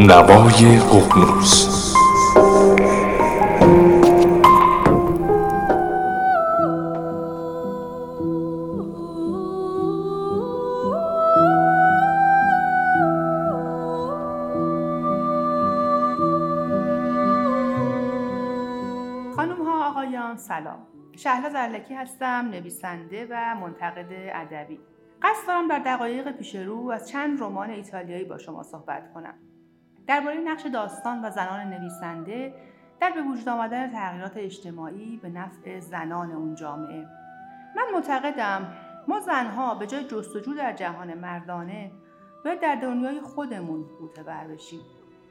نوای ققنوس. خانم ها آقایان سلام. شهلا زرلکی هستم، نویسنده و منتقد ادبی. قصد دارم در دقایق پیش رو از چند رمان ایتالیایی با شما صحبت کنم. درباره نقش داستان و زنان نویسنده در به وجود آمدن تغییرات اجتماعی به نفع زنان اون جامعه. من معتقدم ما زنها به جای جستجو در جهان مردانه باید در دنیای خودمون غوطه‌ور بشیم.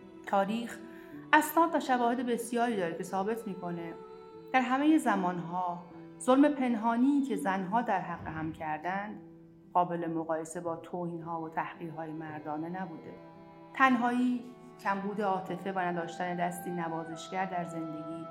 تاریخ اسناد و شواهد بسیاری داره که ثابت میکنه در همه زمانها ظلم پنهانی که زنها در حق هم کردند قابل مقایسه با توهین‌ها و تحقیرهای مردانه نبوده. تنهایی، کمبود عاطفه و نداشتن دستی نوازشگر در زندگی،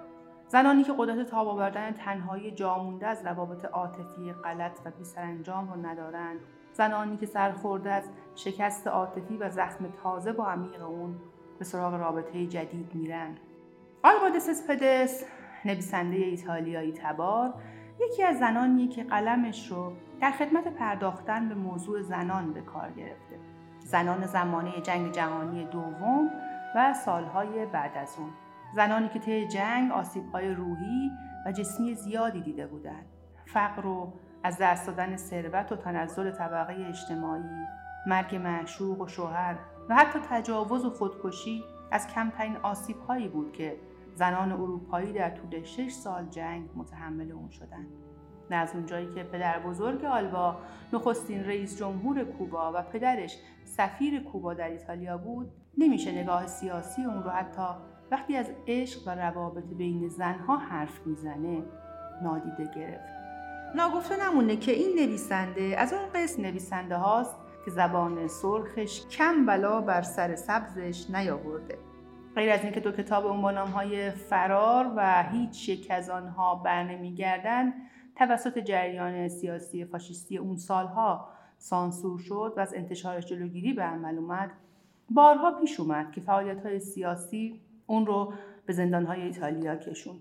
زنانی که قدرت تاب آوردن تنهایی جامونده از روابط عاطفی غلط و بی‌سرانجام رو ندارند، زنانی که سرخورده از شکست عاطفی و زخم تازه با عمیق اون به سراغ رابطه جدید میرن. آلبا د سسپدس، نویسنده ایتالیایی تبار، یکی از زنانیه که قلمش رو در خدمت پرداختن به موضوع زنان به کار گرفته. زنان زمانه جنگ جهانی دوم و سالهای بعد از اون. زنانی که طی جنگ آسیب‌های روحی و جسمی زیادی دیده بودند. فقر و از دست دادن ثروت و تنزل طبقه اجتماعی، مرگ معشوق و شوهر و حتی تجاوز و خودکشی از کمترین آسیب‌هایی بود که زنان اروپایی در طول 6 سال جنگ متحمل اون شدند. نه از اونجایی که پدر بزرگ آلبا نخستین رئیس جمهور کوبا و پدرش سفیر کوبا در ایتالیا بود، نمیشه نگاه سیاسی اون رو حتی وقتی از عشق و روابط بین زنها حرف میزنه نادیده گرفت. ناگفته نمونه که این نویسنده از اون قسم نویسنده هاست که زبان سرخش کم بلا بر سر سبزش نیاورده. غیر از اینکه 2 کتاب اون با نام‌های فرار و هیچ یک از آنها برنمیگردند توسط جریان سیاسی فاشیستی اون سالها سانسور شد و از انتشارش جلوگیری به عمل اومد، بارها پیش اومد که فعالیت‌های سیاسی اون رو به زندان‌های ایتالیا کشوند.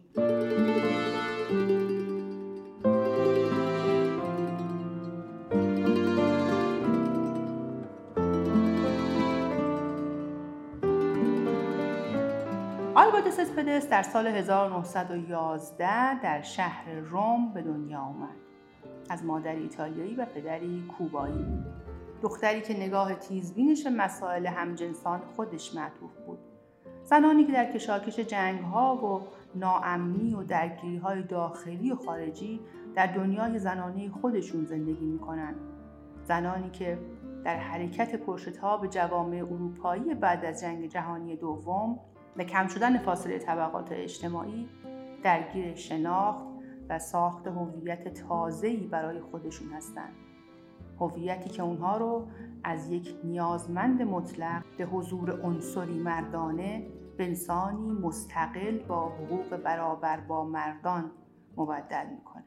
آلبا د سسپدس در سال 1911 در شهر روم به دنیا آمد. از مادری ایتالیایی و پدری کوبایی. دختری که نگاه تیزبینش مسائل همجنسان خودش معطوف بود. زنانی که در کشاکش جنگ‌ها و ناامنی و درگیری‌های داخلی و خارجی در دنیای زنانه خودشون زندگی می‌کنند. زنانی که در حرکت پرشتاب جوامع اروپایی بعد از جنگ جهانی دوم به کم شدن فاصله طبقات اجتماعی درگیر شناخت و ساخت هویت تازه‌ای برای خودشون هستند. هویتی که اونها رو از یک نیازمند مطلق به حضور عنصری مردانه به انسانی مستقل با حقوق برابر با مردان مبدل میکنه.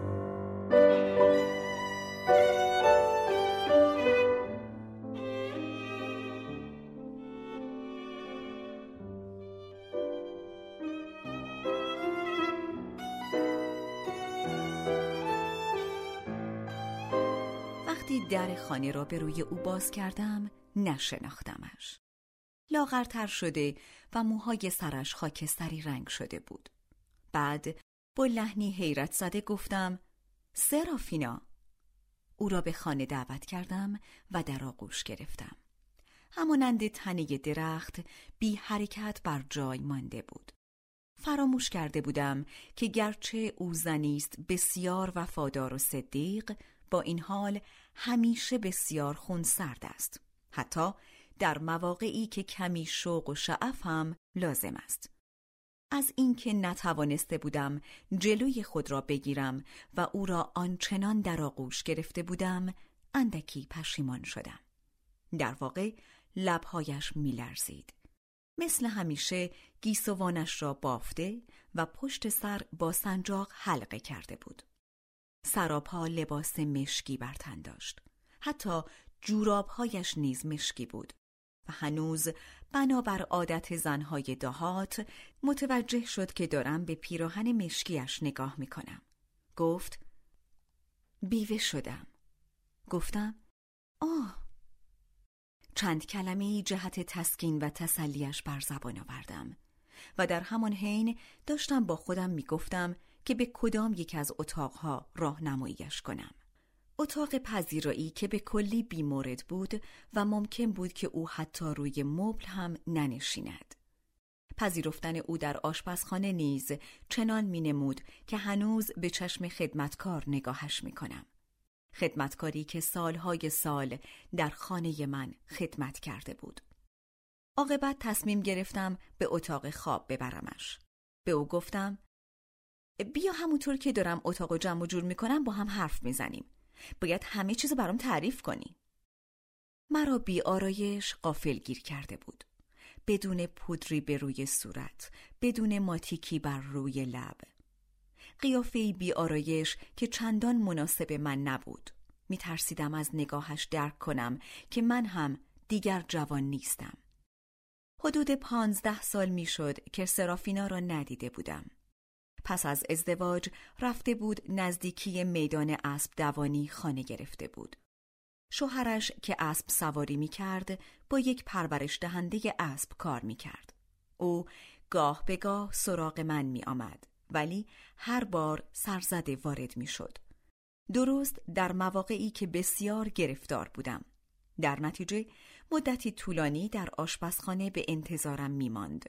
وقتی در خانه را به روی او باز کردم نشناختمش. لاغرتر شده و موهای سرش خاکستری رنگ شده بود. بعد با لحنی حیرت زده گفتم سرافینا. او را به خانه دعوت کردم و در آغوش گرفتم. همانند تنه درخت بی حرکت بر جای مانده بود. فراموش کرده بودم که گرچه او زنیست بسیار وفادار و صدیق، با این حال همیشه بسیار خونسرد است، حتی در مواقعی که کمی شوق و شعف هم لازم است. از اینکه نتوانسته بودم جلوی خود را بگیرم و او را آنچنان در آغوش گرفته بودم اندکی پشیمان شدم. در واقع لبهایش می‌لرزید. مثل همیشه گیسوانش را بافته و پشت سر با سنجاق حلقه کرده بود. سراپا لباس مشکی بر تن داشت. حتی جورابهایش نیز مشکی بود و هنوز بنابر عادت زنهای دهات متوجه شد که دارم به پیراهن مشکیش نگاه میکنم. گفت بیوه شدم. گفتم آه. چند کلمه‌ای جهت تسکین و تسلیش بر زبان آوردم و در همان حین داشتم با خودم میگفتم که به کدام یک از اتاقها راهنماییش کنم. اتاق پذیرایی که به کلی بیمورد بود و ممکن بود که او حتی روی مبل هم ننشیند. پذیرفتن او در آشپزخانه نیز چنان مینمود که هنوز به چشم خدمتکار نگاهش میکنم. خدمتکاری که سالهای سال در خانه من خدمت کرده بود. عاقبت تصمیم گرفتم به اتاق خواب ببرمش. به او گفتم بیا همونطور که دارم اتاقو جمع و جور میکنم با هم حرف میزنیم. باید همه چیزو برام تعریف کنی. مرا بی آرایش غافلگیر کرده بود. بدون پودری به روی صورت، بدون ماتیکی بر روی لب. قیافه‌ای بی آرایش که چندان مناسب من نبود. میترسیدم از نگاهش درک کنم که من هم دیگر جوان نیستم. حدود 15 سال میشد که سرافینا را ندیده بودم. پس از ازدواج رفته بود نزدیکی میدان اسب دوانی خانه گرفته بود. شوهرش که اسب سواری می کرد با یک پرورش دهنده اسب کار می کرد. او گاه به گاه سراغ من می آمد ولی هر بار سرزده وارد می شد. درست در مواقعی که بسیار گرفتار بودم. در نتیجه مدتی طولانی در آشپزخانه به انتظارم می ماند.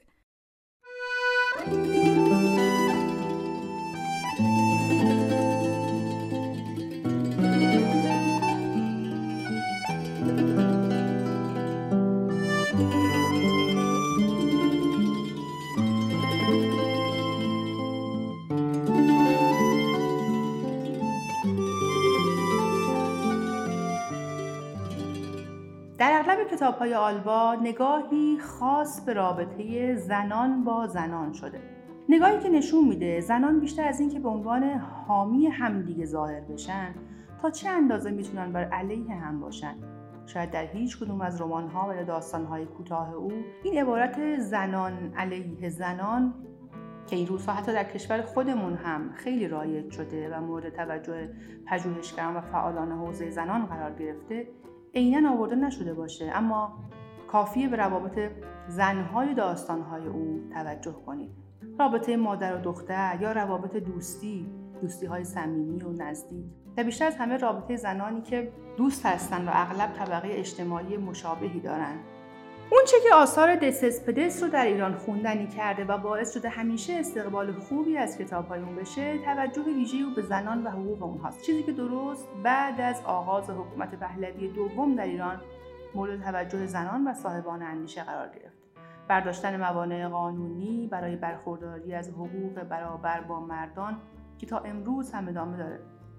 در اغلب کتاب‌های آلبا نگاهی خاص به رابطه زنان با زنان شده. نگاهی که نشون میده زنان بیشتر از این که به عنوان حامی همدیگه ظاهر بشن تا چه اندازه میتونن بر علیه هم باشن. شاید در هیچ کدوم از رمان‌ها و یا داستان‌های کوتاه او این عبارت زنان علیه زنان که این روزها حتی در کشور خودمون هم خیلی رایج شده و مورد توجه پژوهشگران و فعالان حوزه زنان قرار گرفته عیناً آورده نشده باشه، اما کافیه به روابط زن‌های داستان‌های او توجه کنید. رابطه مادر و دختر یا روابط دوستی‌های صمیمی و نزدیک و بیشتر از همه رابطه زنانی که دوست هستن و اغلب طبقه اجتماعی مشابهی دارن. اون چه که آثار دسسپدس رو در ایران خوندنی کرده و باعث شده همیشه استقبال خوبی از کتاب‌های اون بشه، توجه ویژه‌ای به زنان و حقوق اونهاست. چیزی که درست بعد از آغاز حکومت پهلوی دوم در ایران مورد توجه زنان و صاحبان اندیشه قرار گرفت. برداشتن موانع قانونی برای برخورداری از حقوق برابر با مردان که تا امروز هم ادامه داره.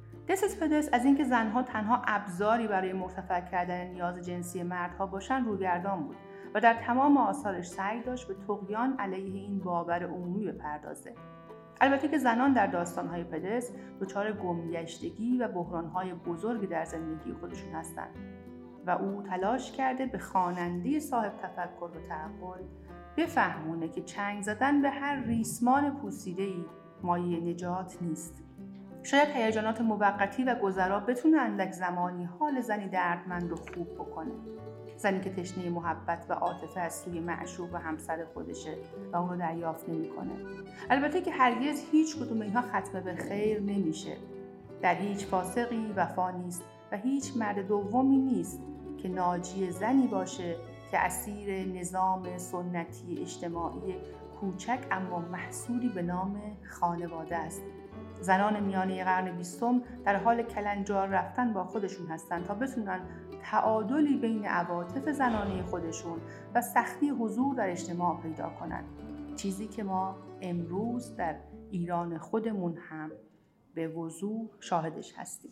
دسسپدس از اینکه زنها تنها ابزاری برای مرتفع کردن نیاز جنسی مردها باشن روگردان بود و در تمام آثارش سعی داشت به طغیان علیه این باور عمومی بپردازه. البته که زنان در داستان‌های پدس دچار گمگشتگی و بحران‌های بزرگی در زندگی خودشون هستند و او تلاش کرده به خواننده صاحب تفکر و تعقل بفهمونه که چنگ زدن به هر ریسمان پوسیده‌ای مایه نجات نیست. شاید هیجانات موقتی و گذرا بتونه اندک زمانی حال زنی دردمند رو خوب بکنه. زنی که تشنه محبت و عاطفه از سوی معشوق و همسر خودشه و اون رو دریافت نمی‌کنه. البته که هرگز هیچ کدوم اینها ختم به خیر نمیشه. در هیچ فاسقی وفا نیست و هیچ مرد دومی نیست که ناجی زنی باشه که اسیر نظام سنتی اجتماعی کوچک اما محصوری به نام خانواده است. زنان میانه قرن 20 در حال کلنجار رفتن با خودشون هستن تا بتونن تعادلی بین عواطف زنانه خودشون و سختی حضور در اجتماع پیدا کنن. چیزی که ما امروز در ایران خودمون هم به وضوح شاهدش هستیم.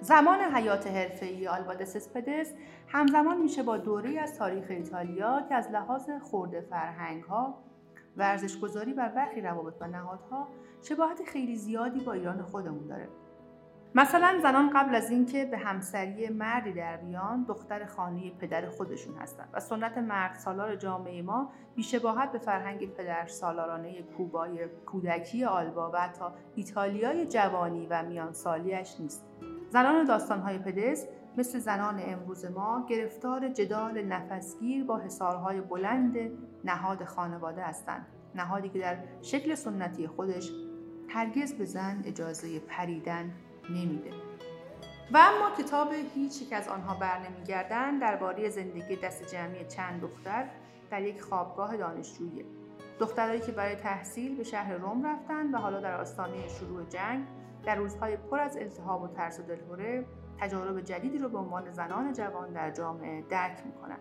زمان حیات حرفه‌ای آلبا د سسپدس همزمان میشه با دوره‌ای از تاریخ ایتالیا که از لحاظ خرده فرهنگ‌ها و ارزش‌گذاری بر برخی روابط و نهادها شباهت خیلی زیادی با ایران خودمون داره. مثلا زنان قبل از اینکه به همسری مردی در بیان دختر خانه پدر خودشون هستن و سنت مرد سالار جامعه ما بی‌شباهت به فرهنگ پدر سالارانه کوبای کودکی آلبا و حتی ایتالیای جوانی و میانسالیش نیست. زنان داستان‌های پدس مثل زنان امروز ما گرفتار جدال نفسگیر با حصارهای بلند نهاد خانواده هستند. نهادی که در شکل سنتی خودش هرگز به زن اجازه پریدن نمیده. و اما کتاب هیچ یک از آنها برنمیگردن درباره زندگی دست جمعی چند دختر در یک خوابگاه دانشجویی. دخترایی که برای تحصیل به شهر روم رفتن و حالا در آستانه شروع جنگ در روزهای پر از التهاب و ترس و دلهره تجارب جدیدی رو به عنوان زنان جوان در جامعه درک میکنن.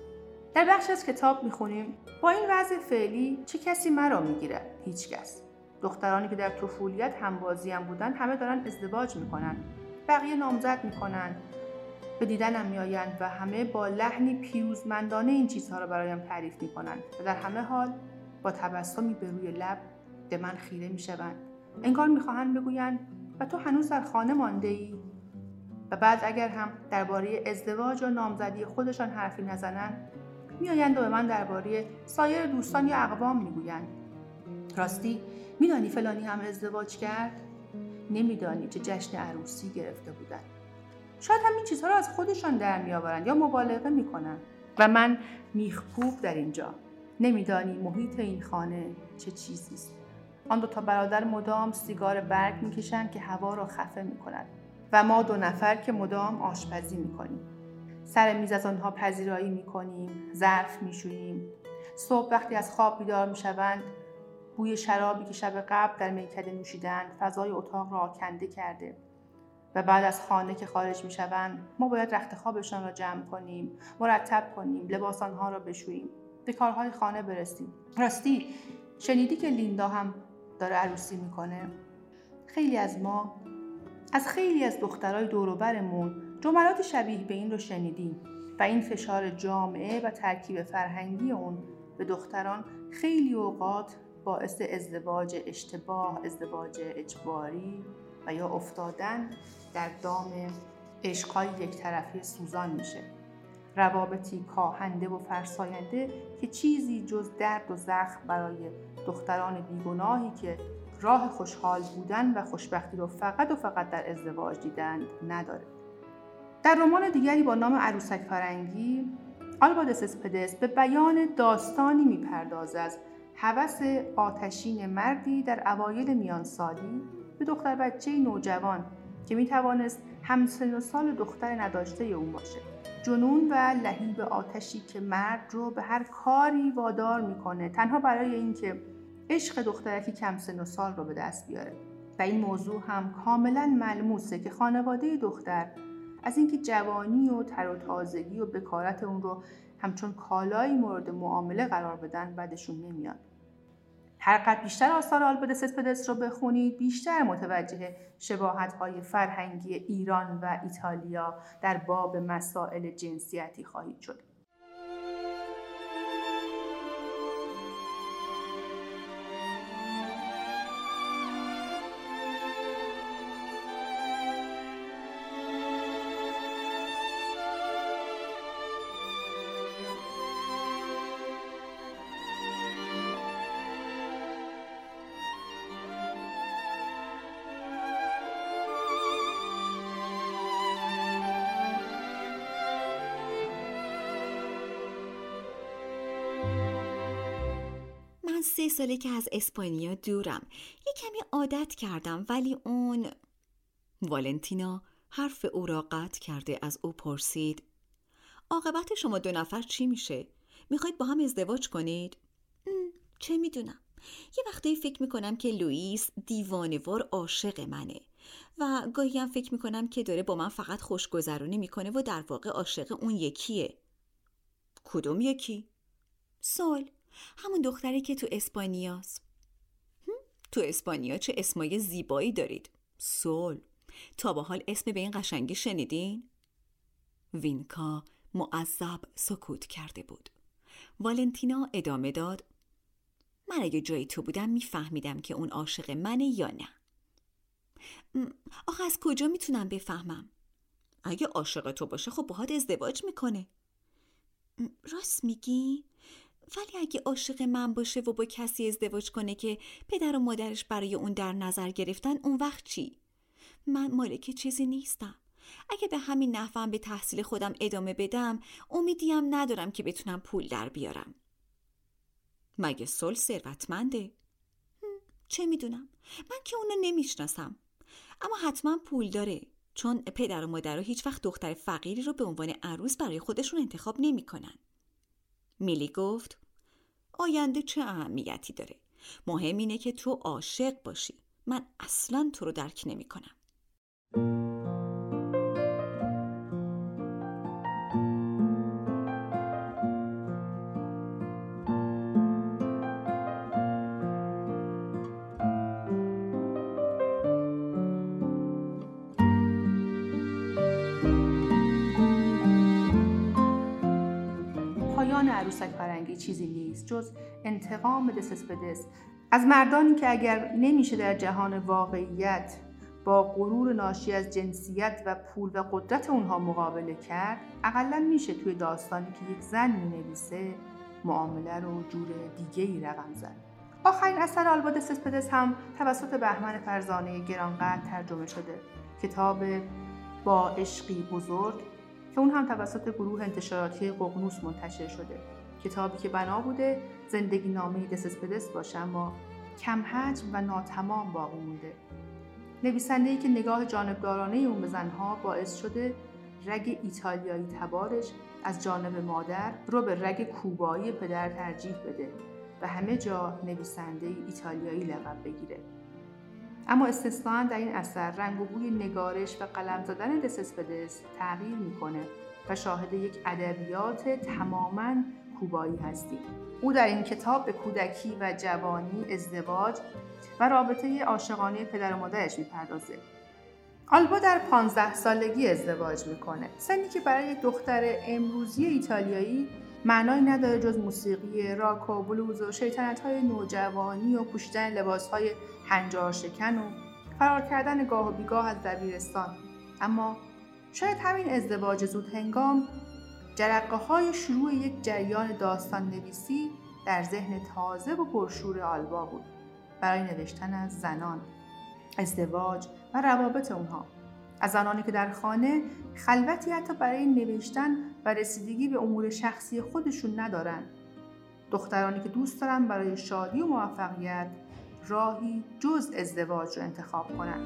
در بخش از کتاب میخونیم با این وضع فعلی چه کسی مرا میگیره؟ هیچ کس. دخترانی که در طفولیت همبازیم بودن همه دارن ازدواج میکنن. بقیه نامزد میکنن. به دیدنم میآیند و همه با لحنی پیروزمندانه این چیزها رو برایم تعریف میکنن و در همه حال با تبسمی به روی لب به من خیره میشوند. انگار میخواهند بگویند و تو هنوز در خانه مانده ای؟ و بعد اگر هم درباره ازدواج و نامزدی خودشان حرفی نزنند میآیند و به من درباره سایر دوستان یا اقوام میگویند راستی میدانی فلانی هم ازدواج کرد؟ نمیدانی چه جشن عروسی گرفته بودن. شاید همین چیزها رو از خودشان در میآورند یا مبالغه میکنند و من میخکوب در اینجا. نمیدانی محیط این خانه چه چیزی است. آن دو تا برادر مدام سیگار برگ میکشند که هوا را خفه میکنند و ما دو نفر که مدام آشپزی میکنیم. سر میز از آنها پذیرایی میکنیم، ظرف میشوییم. صبح وقتی از خواب بیدار میشوند بوی شرابی که شب قبل در میکده نوشیدند فضای اتاق را آکنده کرده و بعد از خانه که خارج میشوند ما باید رخت خوابشان را جمع کنیم، مرتب کنیم، لباس آنها را بشوییم، به کارهای خانه برسیم. راستی شنیدی که لیندا هم داره عروسی میکنه؟ خیلی از ما از خیلی از دخترای دور و برمون جملات شبیه به این رو شنیدیم و این فشار جامعه و ترکیب فرهنگی اون به دختران خیلی اوقات باعث ازدواج اشتباه، ازدواج اجباری و یا افتادن در دام عشق‌های یک طرفه سوزان میشه. روابطی کاهنده و فرساینده که چیزی جز درد و زخم برای دختران بیگناهی که راه خوشحال بودن و خوشبختی رو فقط و فقط در ازدواج دیدند نداره. در رمان دیگری با نام عروسک فرنگی آلبا د سسپدس به بیان داستانی میپردازه از هوس آتشین مردی در اوایل میانسالی به دختر بچه نوجوان که میتوانست همسن و سال دختر نداشته اون باشه. جنون و لهیب آتشی که مرد رو به هر کاری وادار میکنه تنها برای اینکه عشق دخترکی کم سن و سال رو به دست بیاره. و این موضوع هم کاملا ملموسه که خانواده دختر از اینکه جوانی و تر و تازگی و بکارت اون رو همچون کالایی مورد معامله قرار بدن بعدشون نمیاد. هر قدر بیشتر آثار آلبا د سسپدس رو بخونید بیشتر متوجه شباهت‌های فرهنگی ایران و ایتالیا در باب مسائل جنسیتی خواهید شد. من 3 ساله که از اسپانیا دورم. یه کمی عادت کردم ولی اون... والنتینا حرف او را قطع کرده از او پرسید عاقبت شما 2 نفر چی میشه؟ میخواید با هم ازدواج کنید؟ چه میدونم. یه وقتی فکر میکنم که لوئیس دیوانه‌وار عاشق منه و گاهی هم فکر میکنم که داره با من فقط خوشگذرونی میکنه و در واقع عاشق اون یکیه. کدوم یکی؟ سول، همون دختری که تو اسپانیاست. تو اسپانیا چه اسمای زیبایی دارید. سول، تا به حال اسم به این قشنگی شنیدین؟ وینکا معذب سکوت کرده بود. والنتینا ادامه داد: من اگه جای تو بودم میفهمیدم که اون عاشق منه یا نه. آخه از کجا میتونم بفهمم؟ اگه عاشق تو باشه خب باهات ازدواج میکنه. راست میگی؟ ولی اگه عاشق من باشه و با کسی ازدواج کنه که پدر و مادرش برای اون در نظر گرفتن، اون وقت چی؟ من مالک چیزی نیستم. اگه به همین نحوم به تحصیل خودم ادامه بدم، امیدیم ندارم که بتونم پول در بیارم. مگه سول ثروتمنده؟ چه میدونم؟ من که اونو نمیشناسم. اما حتما پول داره، چون پدر و مادر هیچ وقت دختر فقیری رو به عنوان عروس برای خودشون انتخاب نمیکنن. میلی گفت: آینده چه اهمیتی داره؟ مهم اینه که تو عاشق باشی. من اصلاً تو رو درک نمیکنم. پایان عروسک فرنگی چیزی نیست جز انتقام دساسپدس از مردانی که اگر نمیشه در جهان واقعیت با غرور ناشی از جنسیت و پول و قدرت اونها مقابله کرد، اقلن میشه توی داستانی که یک زن مینویسه معامله رو جور دیگه‌ای رقم زد. آخرین اثر آلبا دساسپدس هم توسط بهمن فرزانه گرانقدر ترجمه شده. کتاب با عشقی بزرگ که اون هم توسط گروه انتشاراتی ققنوس منتشر شده. کتابی که بنا بوده زندگی نامه دساسپدس باشه، اما کم حجم و ناتمام باقی مونده. نویسنده‌ای که نگاه جانبدارانه اون به زنها باعث شده رگ ایتالیایی تبارش از جانب مادر رو به رگ کوبایی پدر ترجیح بده و همه جا نویسنده ایتالیایی لقب بگیره. اما استثناء در این اثر رنگ و بوی نگارش و قلم زدن دساسپدس تغییر میکنه و شاهد یک ادبیات تماماً کوبایی هستیم. او در این کتاب به کودکی و جوانی، ازدواج و رابطه عاشقانه پدر و مادرش میپردازه. آلبا در 15 سالگی ازدواج میکنه، سنی که برای یک دختر امروزی ایتالیایی معنایی نداره جز موسیقی راک و بلوز و شیطنت‌های نوجوانی و پوشیدن لباس‌های هنجار شکن و فرار کردن گاه و بیگاه از دبیرستان. اما شاید همین ازدواج زود هنگام جرقه‌های شروع یک جریان داستان نویسی در ذهن تازه و پرشور آلبا بود برای نوشتن از زنان، ازدواج و روابط اونها. از زنانی که در خانه خلوتی حتی برای نوشتن و رسیدگی به امور شخصی خودشون ندارن. دخترانی که دوست دارن برای شادی و موفقیت راهی جز ازدواج رو انتخاب کنن.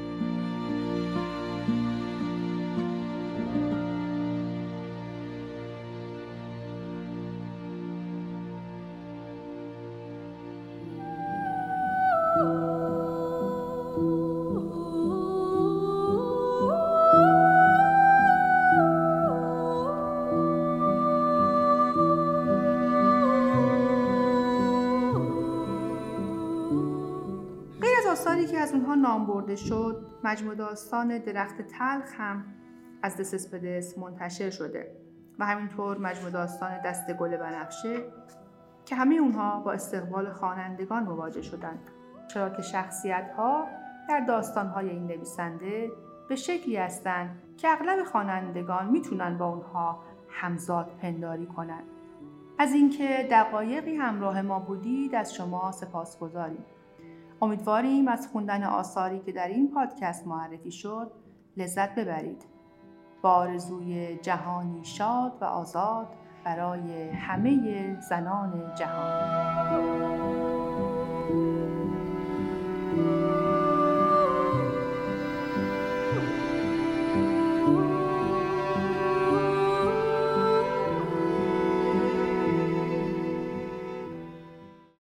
داستانی که از اونها نام برده شد، مجموع داستان درخت تلخ هم از دساسپدس منتشر شده و همینطور مجموع داستان دست گل بنفشه که همه اونها با استقبال خوانندگان مواجه شدند، چرا که شخصیت‌ها در داستان‌های این نویسنده به شکلی هستند که اغلب خوانندگان میتونن با اونها همزاد پنداری کنن. از اینکه دقایقی همراه ما بودید از شما سپاسگزاریم. امیدواریم از خوندن آثاری که در این پادکست معرفی شد لذت ببرید. با آرزوی جهانی شاد و آزاد برای همه زنان جهان.